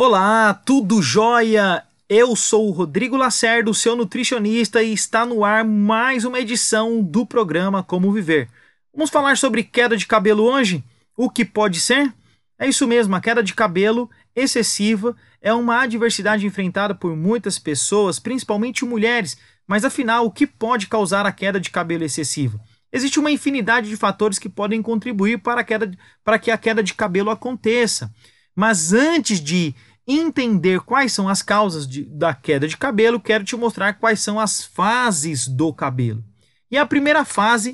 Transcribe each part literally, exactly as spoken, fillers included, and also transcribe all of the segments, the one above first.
Olá, tudo jóia? Eu sou o Rodrigo Lacerda, seu nutricionista, e está no ar mais uma edição do programa Como Viver. Vamos falar sobre queda de cabelo hoje? O que pode ser? É isso mesmo, a queda de cabelo excessiva é uma adversidade enfrentada por muitas pessoas, principalmente mulheres, mas afinal, o que pode causar a queda de cabelo excessiva? Existe uma infinidade de fatores que podem contribuir para, a queda, para que a queda de cabelo aconteça. Mas antes de entender quais são as causas de, da queda de cabelo, quero te mostrar quais são as fases do cabelo. E a primeira fase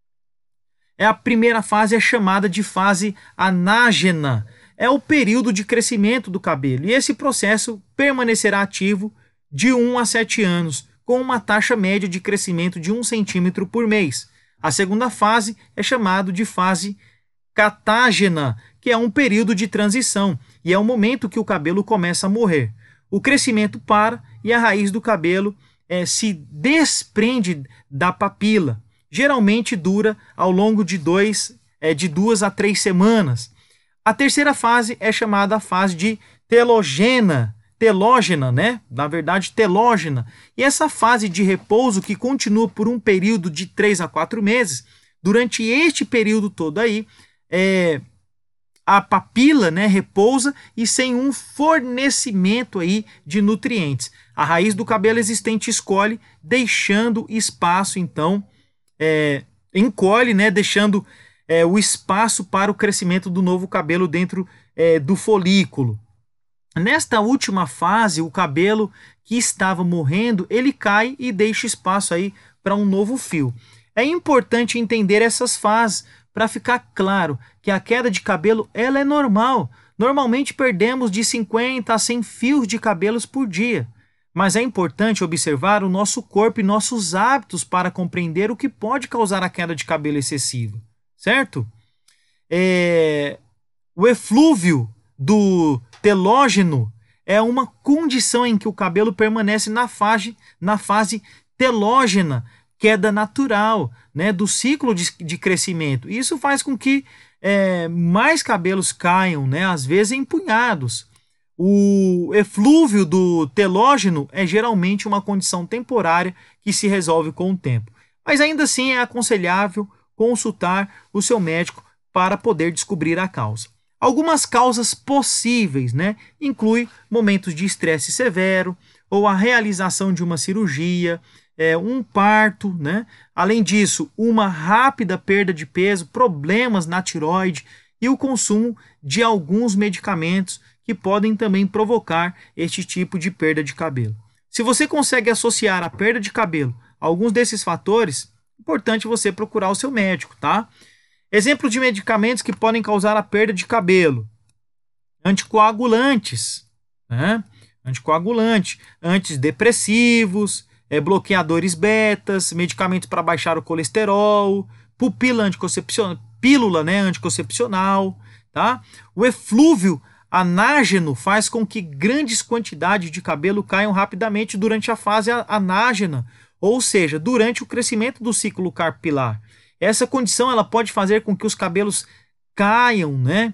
é a primeira fase é chamada de fase anágena. É o período de crescimento do cabelo. E esse processo permanecerá ativo de um a sete anos, com uma taxa média de crescimento de um centímetro por mês. A segunda fase é chamada de fase catágena, que é um período de transição e é o momento que o cabelo começa a morrer. O crescimento para e a raiz do cabelo é, se desprende da papila. Geralmente dura ao longo de, dois, é, de duas a três semanas. A terceira fase é chamada a fase de telogena, telógena, né? Na verdade, telógena. E essa fase de repouso que continua por um período de três a quatro meses, durante este período todo aí, é, a papila, né, repousa e sem um fornecimento aí de nutrientes. A raiz do cabelo existente escolhe, deixando espaço, então, é, encolhe, né, deixando é, o espaço para o crescimento do novo cabelo dentro é, do folículo. Nesta última fase, o cabelo que estava morrendo, ele cai e deixa espaço aí para um novo fio. É importante entender essas fases para ficar claro que a queda de cabelo ela é normal. Normalmente perdemos de cinquenta a cem fios de cabelos por dia. Mas é importante observar o nosso corpo e nossos hábitos para compreender o que pode causar a queda de cabelo excessiva, certo? É... O eflúvio do telógeno é uma condição em que o cabelo permanece na fase, na fase telógena, queda natural, né, do ciclo de, de crescimento. Isso faz com que é, mais cabelos caiam, né, às vezes em punhados. O eflúvio do telógeno é geralmente uma condição temporária que se resolve com o tempo. Mas ainda assim é aconselhável consultar o seu médico para poder descobrir a causa. Algumas causas possíveis, né, inclui momentos de estresse severo ou a realização de uma cirurgia, É, um parto, né? Além disso, uma rápida perda de peso, problemas na tireoide e o consumo de alguns medicamentos que podem também provocar este tipo de perda de cabelo. Se você consegue associar a perda de cabelo a alguns desses fatores, é importante você procurar o seu médico, tá? Exemplo de medicamentos que podem causar a perda de cabelo: anticoagulantes, né? Anticoagulante, antidepressivos, É, bloqueadores betas, medicamentos para baixar o colesterol, pupila anticoncepcional, pílula, né, anticoncepcional, tá? O eflúvio anágeno faz com que grandes quantidades de cabelo caiam rapidamente durante a fase anágena, ou seja, durante o crescimento do ciclo capilar. Essa condição ela pode fazer com que os cabelos caiam, né,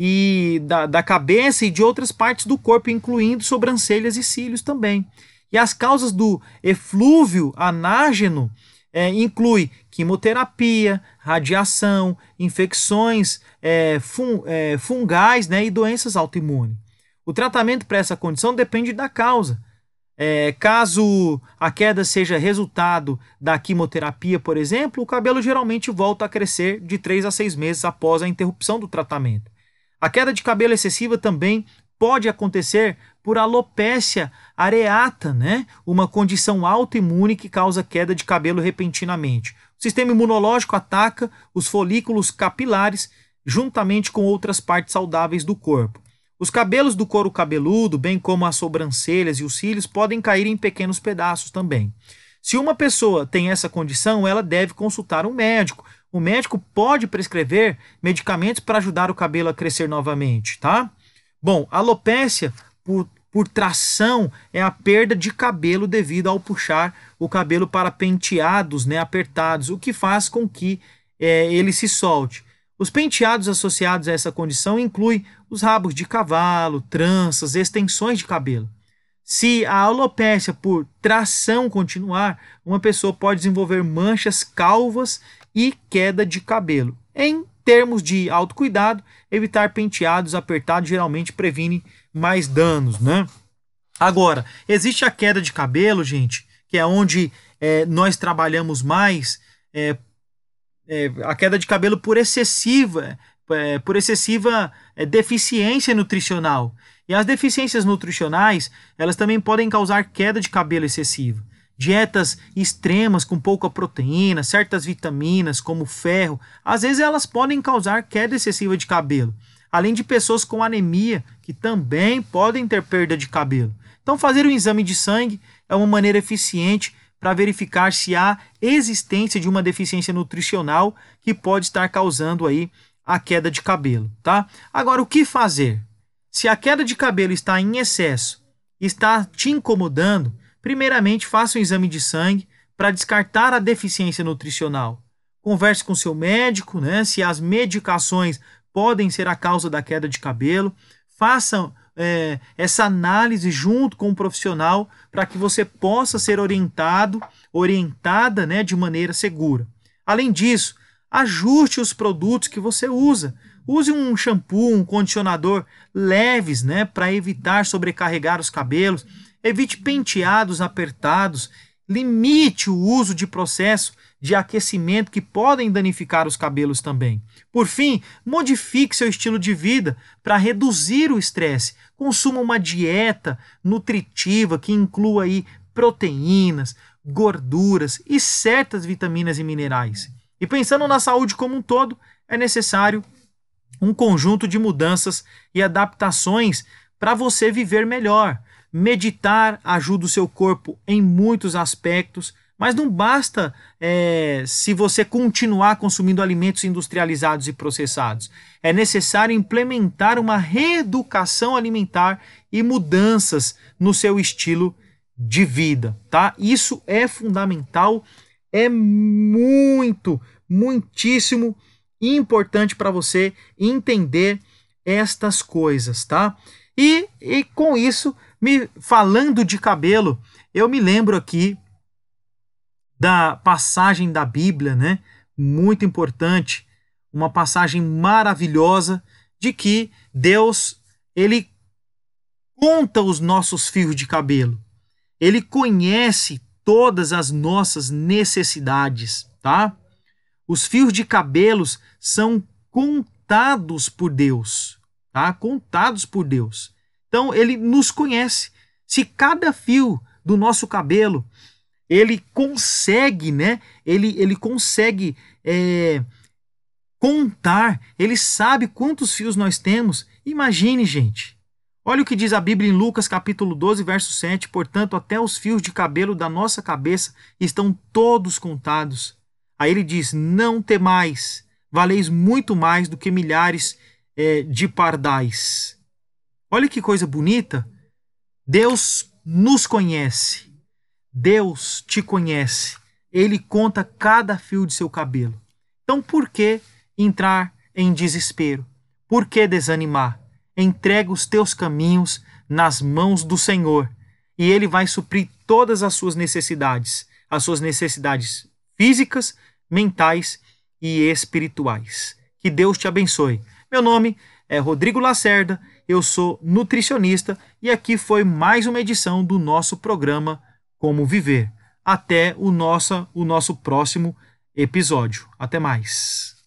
e da, da cabeça e de outras partes do corpo, incluindo sobrancelhas e cílios também. E as causas do eflúvio anágeno é, inclui quimioterapia, radiação, infecções é, fun, é, fungais, né, e doenças autoimunes. O tratamento para essa condição depende da causa. É, caso a queda seja resultado da quimioterapia, por exemplo, o cabelo geralmente volta a crescer de três a seis meses após a interrupção do tratamento. A queda de cabelo excessiva também pode acontecer por alopécia areata, né? Uma condição autoimune que causa queda de cabelo repentinamente. O sistema imunológico ataca os folículos capilares juntamente com outras partes saudáveis do corpo. Os cabelos do couro cabeludo, bem como as sobrancelhas e os cílios, podem cair em pequenos pedaços também. Se uma pessoa tem essa condição, ela deve consultar um médico. O médico pode prescrever medicamentos para ajudar o cabelo a crescer novamente, tá? Bom, alopécia, por, por tração, é a perda de cabelo devido ao puxar o cabelo para penteados, né, apertados, o que faz com que é, ele se solte. Os penteados associados a essa condição incluem os rabos de cavalo, tranças, extensões de cabelo. Se a alopécia por tração continuar, uma pessoa pode desenvolver manchas calvas e queda de cabelo. Em termos de autocuidado, evitar penteados apertados geralmente previne mais danos, né? Agora, existe a queda de cabelo, gente, que é onde é, nós trabalhamos mais, é, é, a queda de cabelo por excessiva, é, por excessiva é, deficiência nutricional. E as deficiências nutricionais, elas também podem causar queda de cabelo excessiva. Dietas extremas com pouca proteína, certas vitaminas como ferro, às vezes elas podem causar queda excessiva de cabelo. Além de pessoas com anemia, que também podem ter perda de cabelo. Então fazer um exame de sangue é uma maneira eficiente para verificar se há existência de uma deficiência nutricional que pode estar causando aí a queda de cabelo, tá? Agora, o que fazer? Se a queda de cabelo está em excesso, está te incomodando, primeiramente faça um exame de sangue para descartar a deficiência nutricional. Converse com seu médico, né, se as medicações podem ser a causa da queda de cabelo. Faça é, essa análise junto com um profissional para que você possa ser orientado, orientada, né, de maneira segura. Além disso, ajuste os produtos que você usa. Use um shampoo, um condicionador leves, né, para evitar sobrecarregar os cabelos. Evite penteados apertados. Limite o uso de processo de aquecimento que podem danificar os cabelos também. Por fim, modifique seu estilo de vida para reduzir o estresse. Consuma uma dieta nutritiva que inclua aí proteínas, gorduras e certas vitaminas e minerais. E pensando na saúde como um todo, é necessário um conjunto de mudanças e adaptações para você viver melhor. Meditar ajuda o seu corpo em muitos aspectos, mas não basta é, se você continuar consumindo alimentos industrializados e processados. É necessário implementar uma reeducação alimentar e mudanças no seu estilo de vida, tá? Isso é fundamental, é muito, muitíssimo importante para você entender estas coisas, tá? E, e com isso, me falando de cabelo, eu me lembro aqui da passagem da Bíblia, né? Muito importante, uma passagem maravilhosa de que Deus, ele conta os nossos fios de cabelo. Ele conhece todas as nossas necessidades, tá? Os fios de cabelos são contados por Deus, tá? Contados por Deus. Então, ele nos conhece. Se cada fio do nosso cabelo, ele consegue, né? Ele, ele consegue é, contar, ele sabe quantos fios nós temos. Imagine, gente. Olha o que diz a Bíblia em Lucas capítulo doze, verso sete. Portanto, até os fios de cabelo da nossa cabeça estão todos contados. Aí ele diz, não temais, valeis muito mais do que milhares é, de pardais. Olha que coisa bonita. Deus nos conhece. Deus te conhece. Ele conta cada fio de seu cabelo. Então, por que entrar em desespero? Por que desanimar? Entrega os teus caminhos nas mãos do Senhor e Ele vai suprir todas as suas necessidades, as suas necessidades físicas, mentais e espirituais. Que Deus te abençoe. Meu nome é Rodrigo Lacerda, eu sou nutricionista e aqui foi mais uma edição do nosso programa Como Viver. Até o nosso, o nosso próximo episódio. Até mais.